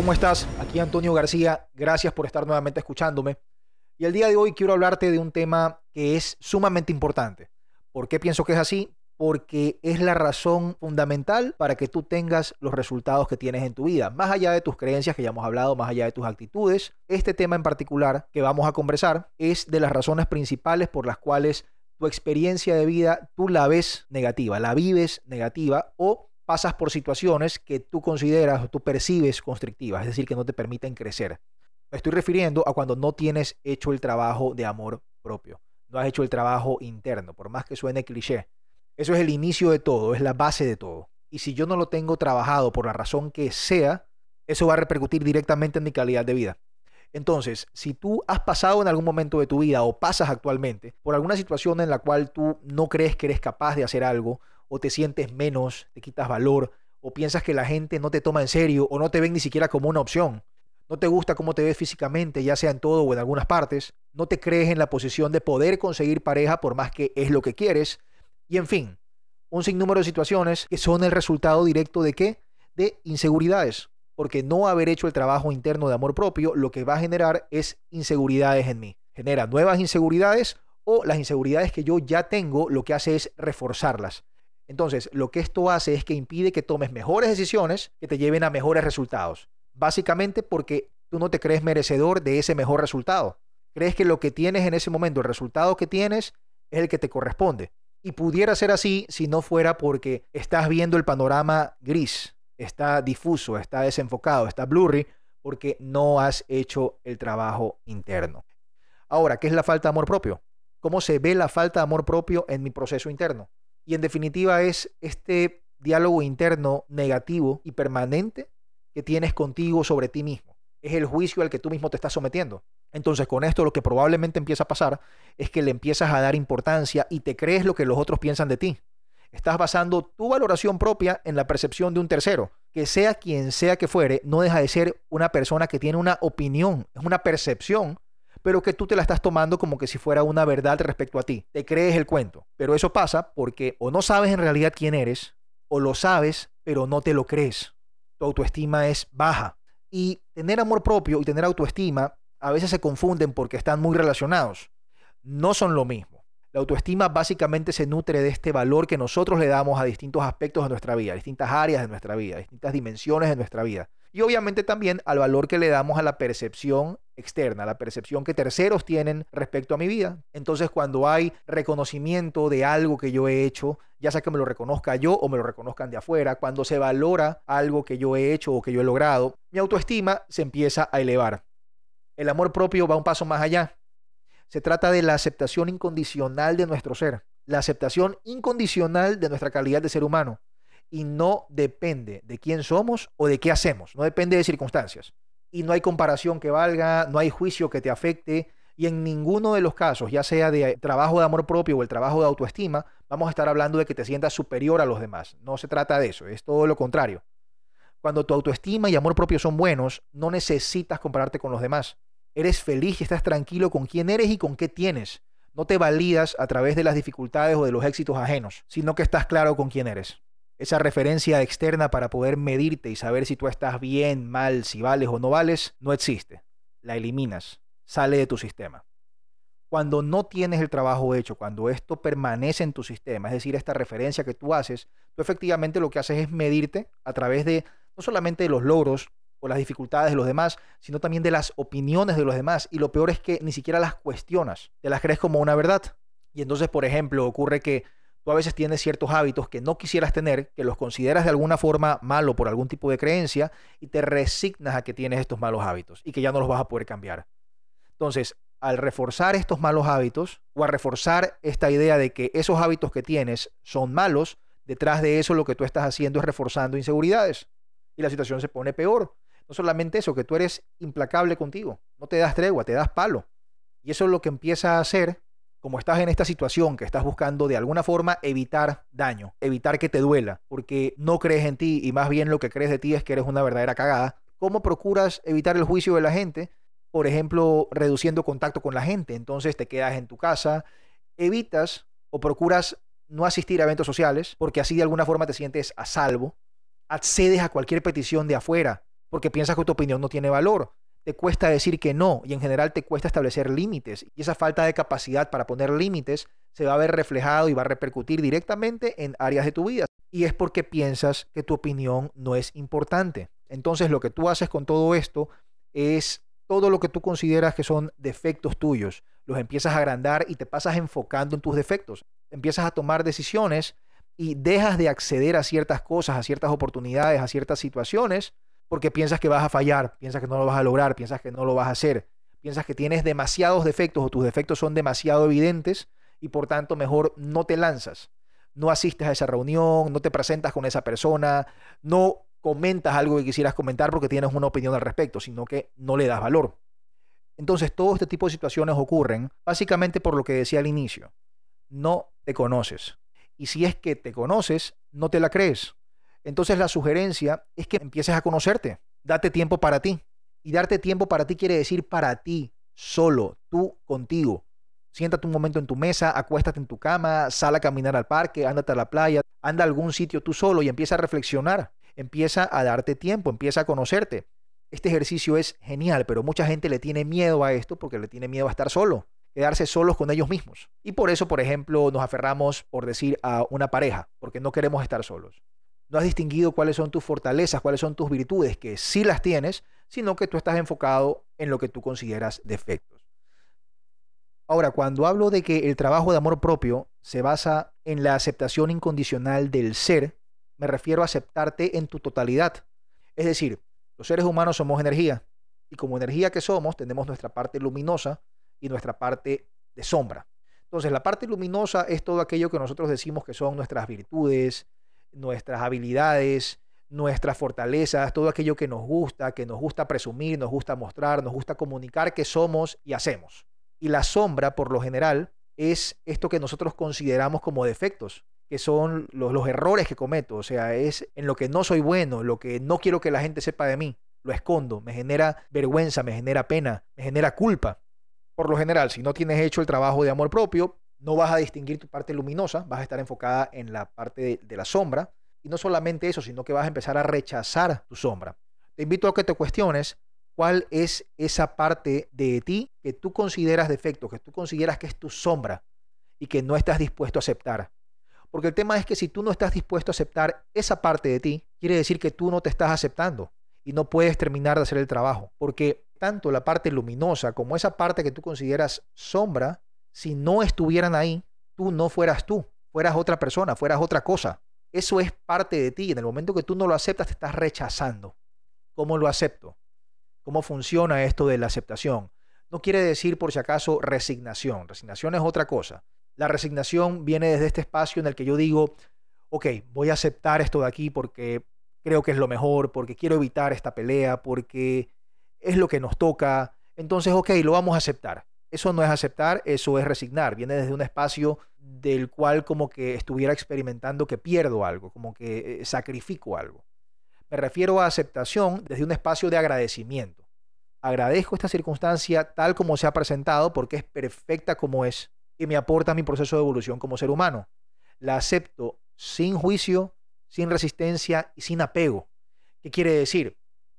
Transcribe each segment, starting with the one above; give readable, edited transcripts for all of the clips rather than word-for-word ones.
¿cómo estás? Aquí Antonio García, gracias por estar nuevamente escuchándome. Y el día de hoy quiero hablarte de un tema que es sumamente importante. ¿Por qué pienso que es así? Porque es la razón fundamental para que tú tengas los resultados que tienes en tu vida. Más allá de tus creencias que ya hemos hablado, más allá de tus actitudes, este tema en particular que vamos a conversar es de las razones principales por las cuales tu experiencia de vida tú la ves negativa, la vives negativa o pasas por situaciones que tú consideras o tú percibes constrictivas, es decir, que no te permiten crecer. Me estoy refiriendo a cuando no tienes hecho el trabajo de amor propio, no has hecho el trabajo interno, por más que suene cliché. Eso es el inicio de todo, es la base de todo. Y si yo no lo tengo trabajado por la razón que sea, eso va a repercutir directamente en mi calidad de vida. Entonces, si tú has pasado en algún momento de tu vida o pasas actualmente por alguna situación en la cual tú no crees que eres capaz de hacer algo o te sientes menos, te quitas valor o piensas que la gente no te toma en serio o no te ven ni siquiera como una opción, no te gusta cómo te ves físicamente, ya sea en todo o en algunas partes, no te crees en la posición de poder conseguir pareja por más que es lo que quieres, y en fin, un sinnúmero de situaciones que son el resultado directo ¿de qué? De inseguridades. Porque no haber hecho el trabajo interno de amor propio lo que va a generar es inseguridades en mí. Genera nuevas inseguridades o las inseguridades que yo ya tengo lo que hace es reforzarlas. Entonces, lo que esto hace es que impide que tomes mejores decisiones que te lleven a mejores resultados. Básicamente porque tú no te crees merecedor de ese mejor resultado. Crees que lo que tienes en ese momento, el resultado que tienes, es el que te corresponde. Y pudiera ser así si no fuera porque estás viendo el panorama gris, está difuso, está desenfocado, está blurry, porque no has hecho el trabajo interno. Ahora, ¿qué es la falta de amor propio? ¿Cómo se ve la falta de amor propio en mi proceso interno? Y en definitiva es este diálogo interno negativo y permanente que tienes contigo sobre ti mismo. Es el juicio al que tú mismo te estás sometiendo. Entonces, con esto lo que probablemente empieza a pasar es que le empiezas a dar importancia y te crees lo que los otros piensan de ti. Estás basando tu valoración propia en la percepción de un tercero. Que sea quien sea que fuere, no deja de ser una persona que tiene una opinión, es una percepción, pero que tú te la estás tomando como que si fuera una verdad respecto a ti. Te crees el cuento. Pero eso pasa porque o no sabes en realidad quién eres, o lo sabes, pero no te lo crees. Tu autoestima es baja. Y tener amor propio y tener autoestima a veces se confunden porque están muy relacionados. No son lo mismo. La autoestima básicamente se nutre de este valor que nosotros le damos a distintos aspectos de nuestra vida, a distintas áreas de nuestra vida, a distintas dimensiones de nuestra vida. Y obviamente también al valor que le damos a la percepción externa, a la percepción que terceros tienen respecto a mi vida. Entonces, cuando hay reconocimiento de algo que yo he hecho, ya sea que me lo reconozca yo o me lo reconozcan de afuera, cuando se valora algo que yo he hecho o que yo he logrado, mi autoestima se empieza a elevar. El amor propio va un paso más allá. Se trata de la aceptación incondicional de nuestro ser, la aceptación incondicional de nuestra calidad de ser humano. Y no depende de quién somos o de qué hacemos, no depende de circunstancias. Y no hay comparación que valga, no hay juicio que te afecte. Y en ninguno de los casos, ya sea de trabajo de amor propio o el trabajo de autoestima, vamos a estar hablando de que te sientas superior a los demás. No se trata de eso, es todo lo contrario. Cuando tu autoestima y amor propio son buenos, no necesitas compararte con los demás. Eres feliz y estás tranquilo con quién eres y con qué tienes. No te validas a través de las dificultades o de los éxitos ajenos, sino que estás claro con quién eres. Esa referencia externa para poder medirte y saber si tú estás bien, mal, si vales o no vales, no existe. La eliminas, sale de tu sistema. Cuando no tienes el trabajo hecho, cuando esto permanece en tu sistema, es decir, esta referencia que tú haces, tú efectivamente lo que haces es medirte a través de no solamente de los logros o las dificultades de los demás, sino también de las opiniones de los demás. Y lo peor es que ni siquiera las cuestionas, te las crees como una verdad. Y entonces, por ejemplo, ocurre que tú a veces tienes ciertos hábitos que no quisieras tener, que los consideras de alguna forma malo por algún tipo de creencia y te resignas a que tienes estos malos hábitos y que ya no los vas a poder cambiar. Entonces, al reforzar estos malos hábitos o a reforzar esta idea de que esos hábitos que tienes son malos, detrás de eso lo que tú estás haciendo es reforzando inseguridades y la situación se pone peor. No solamente eso, que tú eres implacable contigo, no te das tregua, te das palo. Y eso es lo que empieza a hacer, como estás en esta situación, que estás buscando de alguna forma evitar daño, evitar que te duela, porque no crees en ti y más bien lo que crees de ti es que eres una verdadera cagada. ¿Cómo procuras evitar el juicio de la gente? Por ejemplo, reduciendo contacto con la gente. Entonces te quedas en tu casa, evitas o procuras no asistir a eventos sociales, porque así de alguna forma te sientes a salvo. Accedes a cualquier petición de afuera, porque piensas que tu opinión no tiene valor. Te cuesta decir que no y en general te cuesta establecer límites. Y esa falta de capacidad para poner límites se va a ver reflejado y va a repercutir directamente en áreas de tu vida. Y es porque piensas que tu opinión no es importante. Entonces lo que tú haces con todo esto es todo lo que tú consideras que son defectos tuyos. Los empiezas a agrandar y te pasas enfocando en tus defectos. Empiezas a tomar decisiones y dejas de acceder a ciertas cosas, a ciertas oportunidades, a ciertas situaciones, porque piensas que vas a fallar, piensas que no lo vas a lograr, piensas que no lo vas a hacer, piensas que tienes demasiados defectos o tus defectos son demasiado evidentes y por tanto mejor no te lanzas, no asistes a esa reunión, no te presentas con esa persona, no comentas algo que quisieras comentar porque tienes una opinión al respecto, sino que no le das valor. Entonces todo este tipo de situaciones ocurren básicamente por lo que decía al inicio. No te conoces. Y si es que te conoces, no te la crees. Entonces la sugerencia es que empieces a conocerte. Date tiempo para ti. Y darte tiempo para ti quiere decir para ti, solo, tú contigo. Siéntate un momento en tu mesa, acuéstate en tu cama, sal a caminar al parque, ándate a la playa, anda a algún sitio tú solo y empieza a reflexionar. Empieza a darte tiempo, empieza a conocerte. Este ejercicio es genial, pero mucha gente le tiene miedo a esto porque le tiene miedo a estar solo, quedarse solos con ellos mismos. Y por eso, por ejemplo, nos aferramos, por decir, a una pareja, porque no queremos estar solos. No has distinguido cuáles son tus fortalezas, cuáles son tus virtudes, que sí las tienes, sino que tú estás enfocado en lo que tú consideras defectos. Ahora, cuando hablo de que el trabajo de amor propio se basa en la aceptación incondicional del ser, me refiero a aceptarte en tu totalidad. Es decir, los seres humanos somos energía y como energía que somos tenemos nuestra parte luminosa y nuestra parte de sombra. Entonces, la parte luminosa es todo aquello que nosotros decimos que son nuestras virtudes, nuestras habilidades, nuestras fortalezas, todo aquello que nos gusta presumir, nos gusta mostrar, nos gusta comunicar que somos y hacemos. Y la sombra, por lo general, es esto que nosotros consideramos como defectos, que son los errores que cometo, o sea, es en lo que no soy bueno, lo que no quiero que la gente sepa de mí, lo escondo, me genera vergüenza, me genera pena, me genera culpa. Por lo general, si no tienes hecho el trabajo de amor propio, no vas a distinguir tu parte luminosa, vas a estar enfocada en la parte de la sombra, y no solamente eso, sino que vas a empezar a rechazar tu sombra. Te invito a que te cuestiones cuál es esa parte de ti que tú consideras defecto, que tú consideras que es tu sombra y que no estás dispuesto a aceptar. Porque el tema es que si tú no estás dispuesto a aceptar esa parte de ti, quiere decir que tú no te estás aceptando y no puedes terminar de hacer el trabajo. Porque tanto la parte luminosa como esa parte que tú consideras sombra, si no estuvieran ahí, tú no fueras tú, fueras otra persona, fueras otra cosa. Eso es parte de ti y en el momento que tú no lo aceptas te estás rechazando. ¿Cómo lo acepto? ¿Cómo funciona esto de la aceptación? No quiere decir, por si acaso, resignación. Resignación es otra cosa. La resignación viene desde este espacio en el que yo digo, ok, voy a aceptar esto de aquí porque creo que es lo mejor, porque quiero evitar esta pelea, porque es lo que nos toca. Entonces, ok, lo vamos a aceptar. Eso no es aceptar, eso es resignar. Viene desde un espacio del cual como que estuviera experimentando que pierdo algo, como que sacrifico algo. Me refiero a aceptación desde un espacio de agradecimiento. Agradezco esta circunstancia tal como se ha presentado porque es perfecta como es y me aporta a mi proceso de evolución como ser humano. La acepto sin juicio, sin resistencia y sin apego. ¿Qué quiere decir?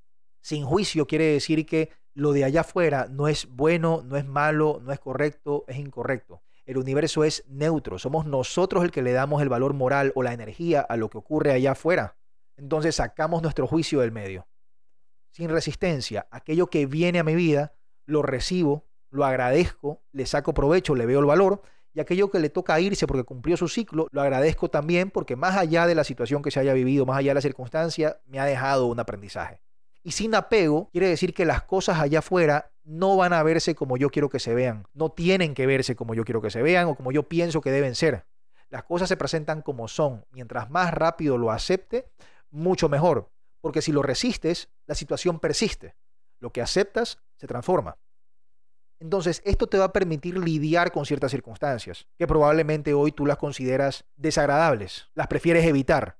Sin juicio quiere decir que lo de allá afuera no es bueno, no es malo, no es correcto, es incorrecto. El universo es neutro. Somos nosotros el que le damos el valor moral o la energía a lo que ocurre allá afuera. Entonces sacamos nuestro juicio del medio. Sin resistencia, aquello que viene a mi vida, lo recibo, lo agradezco, le saco provecho, le veo el valor, y aquello que le toca irse porque cumplió su ciclo, lo agradezco también porque más allá de la situación que se haya vivido, más allá de la circunstancia, me ha dejado un aprendizaje. Y sin apego quiere decir que las cosas allá afuera no van a verse como yo quiero que se vean, no tienen que verse como yo quiero que se vean o como yo pienso que deben ser. Las cosas se presentan como son. Mientras más rápido lo acepte, mucho mejor. Porque si lo resistes, la situación persiste. Lo que aceptas se transforma. Entonces, esto te va a permitir lidiar con ciertas circunstancias que probablemente hoy tú las consideras desagradables, las prefieres evitar.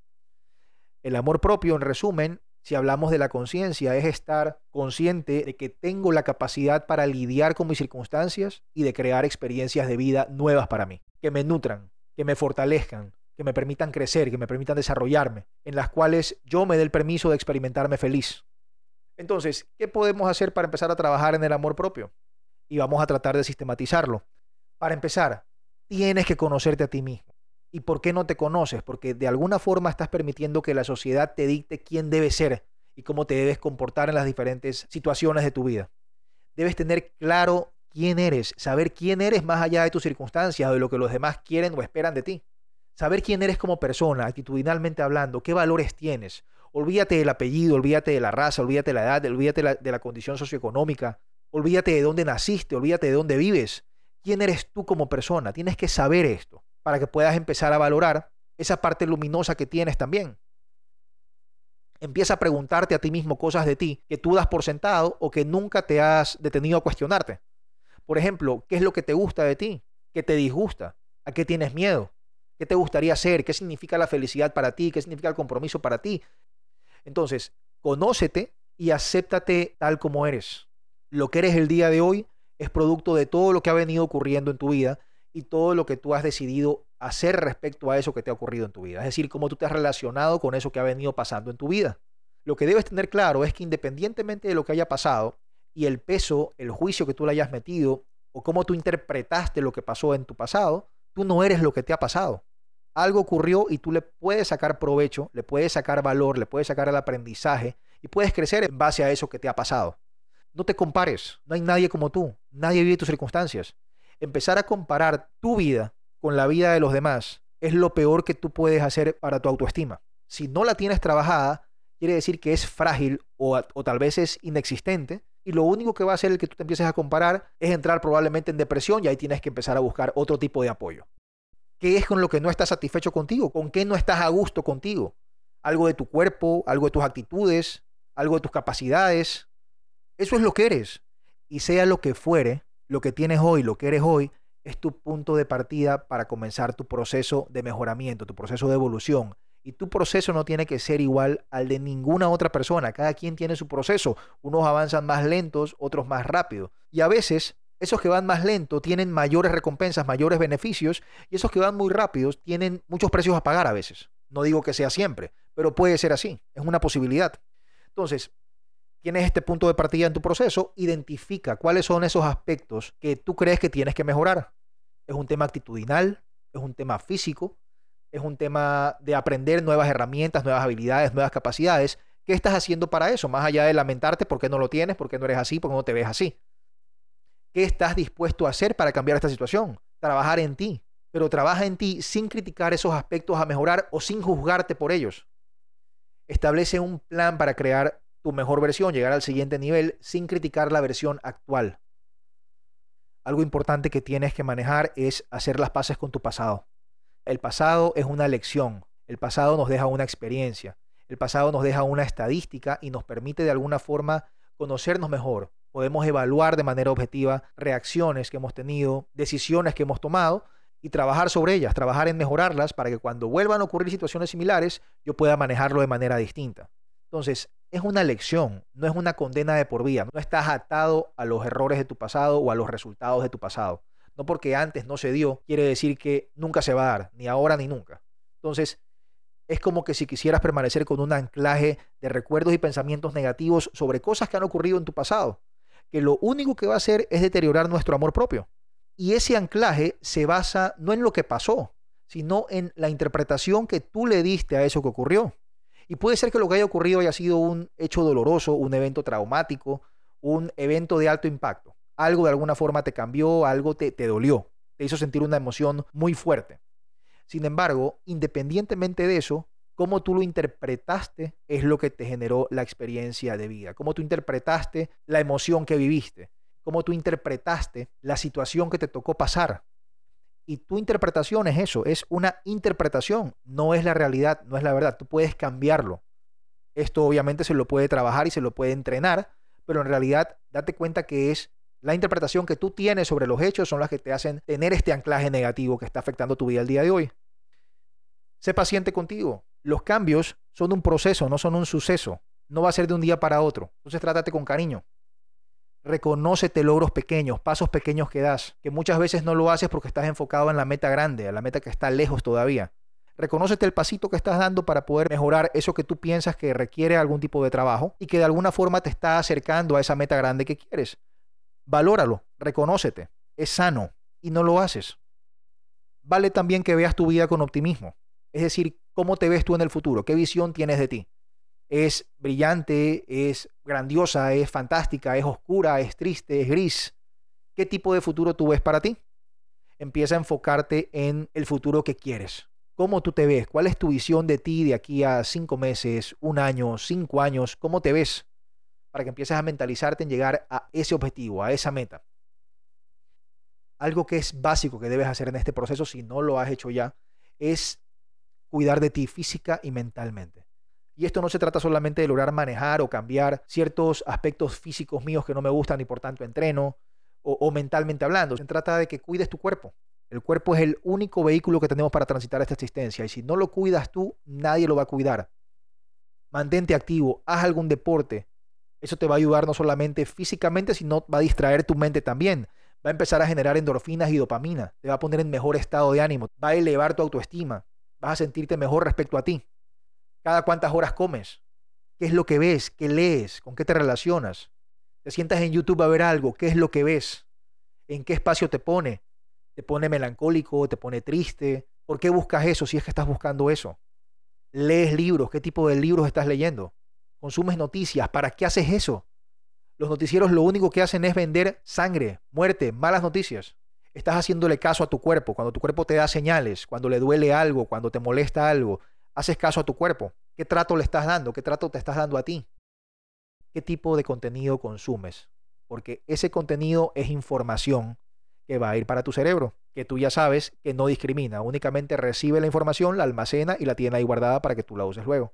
El amor propio, en resumen, si hablamos de la conciencia, es estar consciente de que tengo la capacidad para lidiar con mis circunstancias y de crear experiencias de vida nuevas para mí, que me nutran, que me fortalezcan, que me permitan crecer, que me permitan desarrollarme, en las cuales yo me dé el permiso de experimentarme feliz. Entonces, ¿qué podemos hacer para empezar a trabajar en el amor propio? Y vamos a tratar de sistematizarlo. Para empezar, tienes que conocerte a ti mismo. ¿Y por qué no te conoces? Porque de alguna forma estás permitiendo que la sociedad te dicte quién debes ser y cómo te debes comportar en las diferentes situaciones de tu vida. Debes tener claro quién eres, saber quién eres más allá de tus circunstancias o de lo que los demás quieren o esperan de ti. Saber quién eres como persona, actitudinalmente hablando, qué valores tienes. Olvídate del apellido, olvídate de la raza, olvídate de la edad, olvídate de la condición socioeconómica, olvídate de dónde naciste, olvídate de dónde vives. ¿Quién eres tú como persona? Tienes que saber esto para que puedas empezar a valorar esa parte luminosa que tienes también. Empieza a preguntarte a ti mismo cosas de ti que tú das por sentado o que nunca te has detenido a cuestionarte. Por ejemplo, ¿qué es lo que te gusta de ti? ¿Qué te disgusta? ¿A qué tienes miedo? ¿Qué te gustaría hacer? ¿Qué significa la felicidad para ti? ¿Qué significa el compromiso para ti? Entonces, conócete y acéptate tal como eres. Lo que eres el día de hoy es producto de todo lo que ha venido ocurriendo en tu vida y todo lo que tú has decidido hacer respecto a eso que te ha ocurrido en tu vida. Es decir, cómo tú te has relacionado con eso que ha venido pasando en tu vida. Lo que debes tener claro es que independientemente de lo que haya pasado y el peso, el juicio que tú le hayas metido o cómo tú interpretaste lo que pasó en tu pasado, tú no eres lo que te ha pasado. Algo ocurrió y tú le puedes sacar provecho, le puedes sacar valor, le puedes sacar el aprendizaje y puedes crecer en base a eso que te ha pasado. No te compares, no hay nadie como tú, nadie vive tus circunstancias. Empezar a comparar tu vida con la vida de los demás es lo peor que tú puedes hacer para tu autoestima. Si no la tienes trabajada, quiere decir que es frágil o tal vez es inexistente y lo único que va a hacer el que tú te empieces a comparar es entrar probablemente en depresión y ahí tienes que empezar a buscar otro tipo de apoyo. ¿Qué es con lo que no estás satisfecho contigo? ¿Con qué no estás a gusto contigo? Algo de tu cuerpo, algo de tus actitudes, algo de tus capacidades. Eso es lo que eres. Y sea lo que fuere, lo que tienes hoy, lo que eres hoy, es tu punto de partida para comenzar tu proceso de mejoramiento, tu proceso de evolución. Y tu proceso no tiene que ser igual al de ninguna otra persona. Cada quien tiene su proceso. Unos avanzan más lentos, otros más rápido. Y a veces esos que van más lento tienen mayores recompensas, mayores beneficios, y esos que van muy rápidos tienen muchos precios a pagar a veces. No digo que sea siempre, pero puede ser así. Es una posibilidad. Entonces, tienes este punto de partida en tu proceso, identifica cuáles son esos aspectos que tú crees que tienes que mejorar. Es un tema actitudinal, es un tema físico, es un tema de aprender nuevas herramientas, nuevas habilidades, nuevas capacidades. ¿Qué estás haciendo para eso? Más allá de lamentarte por qué no lo tienes, por qué no eres así, por qué no te ves así. ¿Qué estás dispuesto a hacer para cambiar esta situación? Trabajar en ti, pero trabaja en ti sin criticar esos aspectos a mejorar o sin juzgarte por ellos. Establece un plan para crear tu mejor versión, llegar al siguiente nivel sin criticar la versión actual. Algo importante que tienes que manejar es hacer las paces con tu pasado. El pasado es una lección, el pasado nos deja una experiencia, el pasado nos deja una estadística y nos permite de alguna forma conocernos mejor. Podemos evaluar de manera objetiva reacciones que hemos tenido, decisiones que hemos tomado y trabajar sobre ellas, trabajar en mejorarlas para que cuando vuelvan a ocurrir situaciones similares yo pueda manejarlo de manera distinta. Entonces, es una lección, no es una condena de por vida. No estás atado a los errores de tu pasado o a los resultados de tu pasado. No porque antes no se dio, quiere decir que nunca se va a dar, ni ahora ni nunca. Entonces, es como que si quisieras permanecer con un anclaje de recuerdos y pensamientos negativos sobre cosas que han ocurrido en tu pasado, que lo único que va a hacer es deteriorar nuestro amor propio. Y ese anclaje se basa no en lo que pasó, sino en la interpretación que tú le diste a eso que ocurrió. Y puede ser que lo que haya ocurrido haya sido un hecho doloroso, un evento traumático, un evento de alto impacto. Algo de alguna forma te cambió, algo te dolió, te hizo sentir una emoción muy fuerte. Sin embargo, independientemente de eso, cómo tú lo interpretaste es lo que te generó la experiencia de vida. Cómo tú interpretaste la emoción que viviste. Cómo tú interpretaste la situación que te tocó pasar. Y tu interpretación es eso, es una interpretación, no es la realidad, no es la verdad. Tú puedes cambiarlo. Esto obviamente se lo puede trabajar y se lo puede entrenar, pero en realidad date cuenta que es la interpretación que tú tienes sobre los hechos son las que te hacen tener este anclaje negativo que está afectando tu vida el día de hoy. Sé paciente contigo. Los cambios son un proceso, no son un suceso. No va a ser de un día para otro. Entonces trátate con cariño. Reconócete logros pequeños, pasos pequeños que das, que muchas veces no lo haces porque estás enfocado en la meta grande, en la meta que está lejos todavía. Reconócete el pasito que estás dando para poder mejorar eso que tú piensas que requiere algún tipo de trabajo y que de alguna forma te está acercando a esa meta grande que quieres. Valóralo, reconócete, es sano y no lo haces. Vale también que veas tu vida con optimismo. Es decir, ¿cómo te ves tú en el futuro? ¿Qué visión tienes de ti? ¿Es brillante? ¿Es grandiosa? ¿Es fantástica? ¿Es oscura? ¿Es triste? ¿Es gris? ¿Qué tipo de futuro tú ves para ti? Empieza a enfocarte en el futuro que quieres. ¿Cómo tú te ves? ¿Cuál es tu visión de ti de aquí a 5 meses, 1 año, 5 años? ¿Cómo te ves? Para que empieces a mentalizarte en llegar a ese objetivo, a esa meta. Algo que es básico que debes hacer en este proceso, si no lo has hecho ya, es cuidar de ti física y mentalmente. Y esto no se trata solamente de lograr manejar o cambiar ciertos aspectos físicos míos que no me gustan y por tanto entreno o mentalmente hablando. Se trata de que cuides tu cuerpo. El cuerpo es el único vehículo que tenemos para transitar esta existencia y si no lo cuidas tú, nadie lo va a cuidar. Mantente activo, haz algún deporte. Eso te va a ayudar no solamente físicamente, sino va a distraer tu mente también. Va a empezar a generar endorfinas y dopamina. Te va a poner en mejor estado de ánimo. Va a elevar tu autoestima. Vas a sentirte mejor respecto a ti. Cada cuántas horas comes. ¿Qué es lo que ves? ¿Qué lees? ¿Con qué te relacionas? Te sientas en YouTube a ver algo. ¿Qué es lo que ves? ¿En qué espacio te pone? ¿Te pone melancólico? ¿Te pone triste? ¿Por qué buscas eso si es que estás buscando eso? ¿Lees libros? ¿Qué tipo de libros estás leyendo? ¿Consumes noticias? ¿Para qué haces eso? Los noticieros lo único que hacen es vender sangre, muerte, malas noticias. Estás haciéndole caso a tu cuerpo. Cuando tu cuerpo te da señales, cuando le duele algo, cuando te molesta algo, haces caso a tu cuerpo. ¿Qué trato le estás dando? ¿Qué trato te estás dando a ti? ¿Qué tipo de contenido consumes? Porque ese contenido es información que va a ir para tu cerebro, que tú ya sabes que no discrimina, únicamente recibe la información, la almacena y la tiene ahí guardada para que tú la uses luego.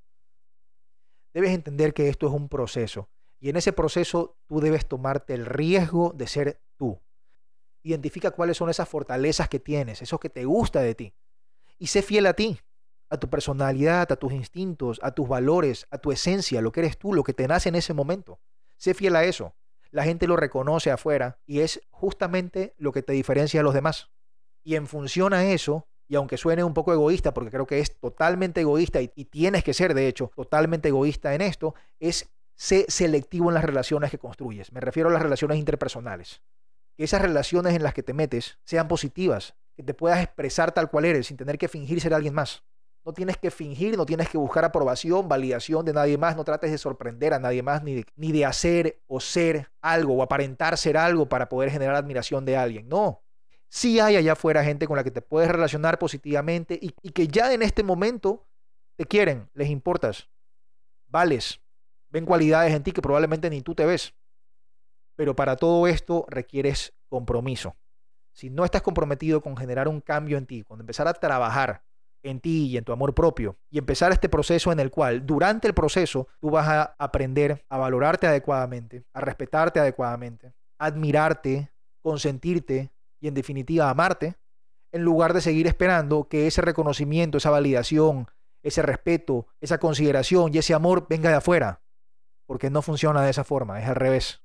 Debes entender que esto es un proceso y en ese proceso tú debes tomarte el riesgo de ser tú. Identifica cuáles son esas fortalezas que tienes, eso que te gusta de ti y sé fiel a ti, a tu personalidad, a tus instintos, a tus valores, a tu esencia, lo que eres tú, lo que te nace en ese momento. Sé fiel a eso. La gente lo reconoce afuera y es justamente lo que te diferencia de los demás. Y en función a eso, y aunque suene un poco egoísta, porque creo que es totalmente egoísta y tienes que ser, de hecho, totalmente egoísta en esto, es ser selectivo en las relaciones que construyes. Me refiero a las relaciones interpersonales. Que esas relaciones en las que te metes sean positivas, que te puedas expresar tal cual eres sin tener que fingir ser alguien más. No tienes que fingir, no tienes que buscar aprobación, validación de nadie más, no trates de sorprender a nadie más, ni de hacer o ser algo o aparentar ser algo para poder generar admiración de alguien. No. Sí hay allá afuera gente con la que te puedes relacionar positivamente y que ya en este momento te quieren, les importas, vales, ven cualidades en ti que probablemente ni tú te ves. Pero para todo esto requieres compromiso. Si no estás comprometido con generar un cambio en ti, con empezar a trabajar en ti y en tu amor propio y empezar este proceso en el cual durante el proceso tú vas a aprender a valorarte adecuadamente, a respetarte adecuadamente, a admirarte, consentirte y en definitiva amarte, en lugar de seguir esperando que ese reconocimiento, esa validación, ese respeto, esa consideración y ese amor venga de afuera, porque no funciona de esa forma, es al revés.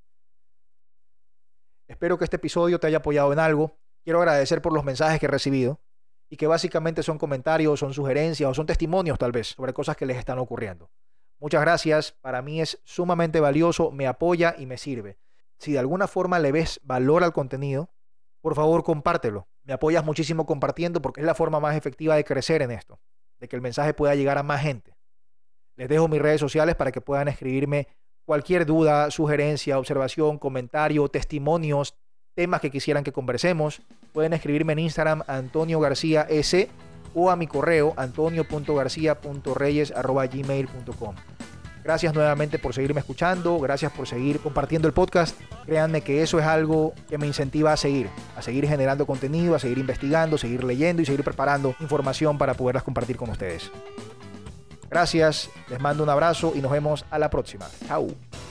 Espero que este episodio te haya apoyado en algo. Quiero agradecer por los mensajes que he recibido y que básicamente son comentarios, son sugerencias o son testimonios tal vez sobre cosas que les están ocurriendo. Muchas gracias, para mí es sumamente valioso, me apoya y me sirve. Si de alguna forma le ves valor al contenido, por favor compártelo. Me apoyas muchísimo compartiendo porque es la forma más efectiva de crecer en esto, de que el mensaje pueda llegar a más gente. Les dejo mis redes sociales para que puedan escribirme cualquier duda, sugerencia, observación, comentario, testimonios, temas que quisieran que conversemos. Pueden escribirme en Instagram Antonio García S o a mi correo antonio.garcia.reyes@gmail.com. Gracias nuevamente por seguirme escuchando, gracias por seguir compartiendo el podcast. Créanme que eso es algo que me incentiva a seguir generando contenido, a seguir investigando, seguir leyendo y seguir preparando información para poderlas compartir con ustedes. Gracias, les mando un abrazo y nos vemos a la próxima. Chao.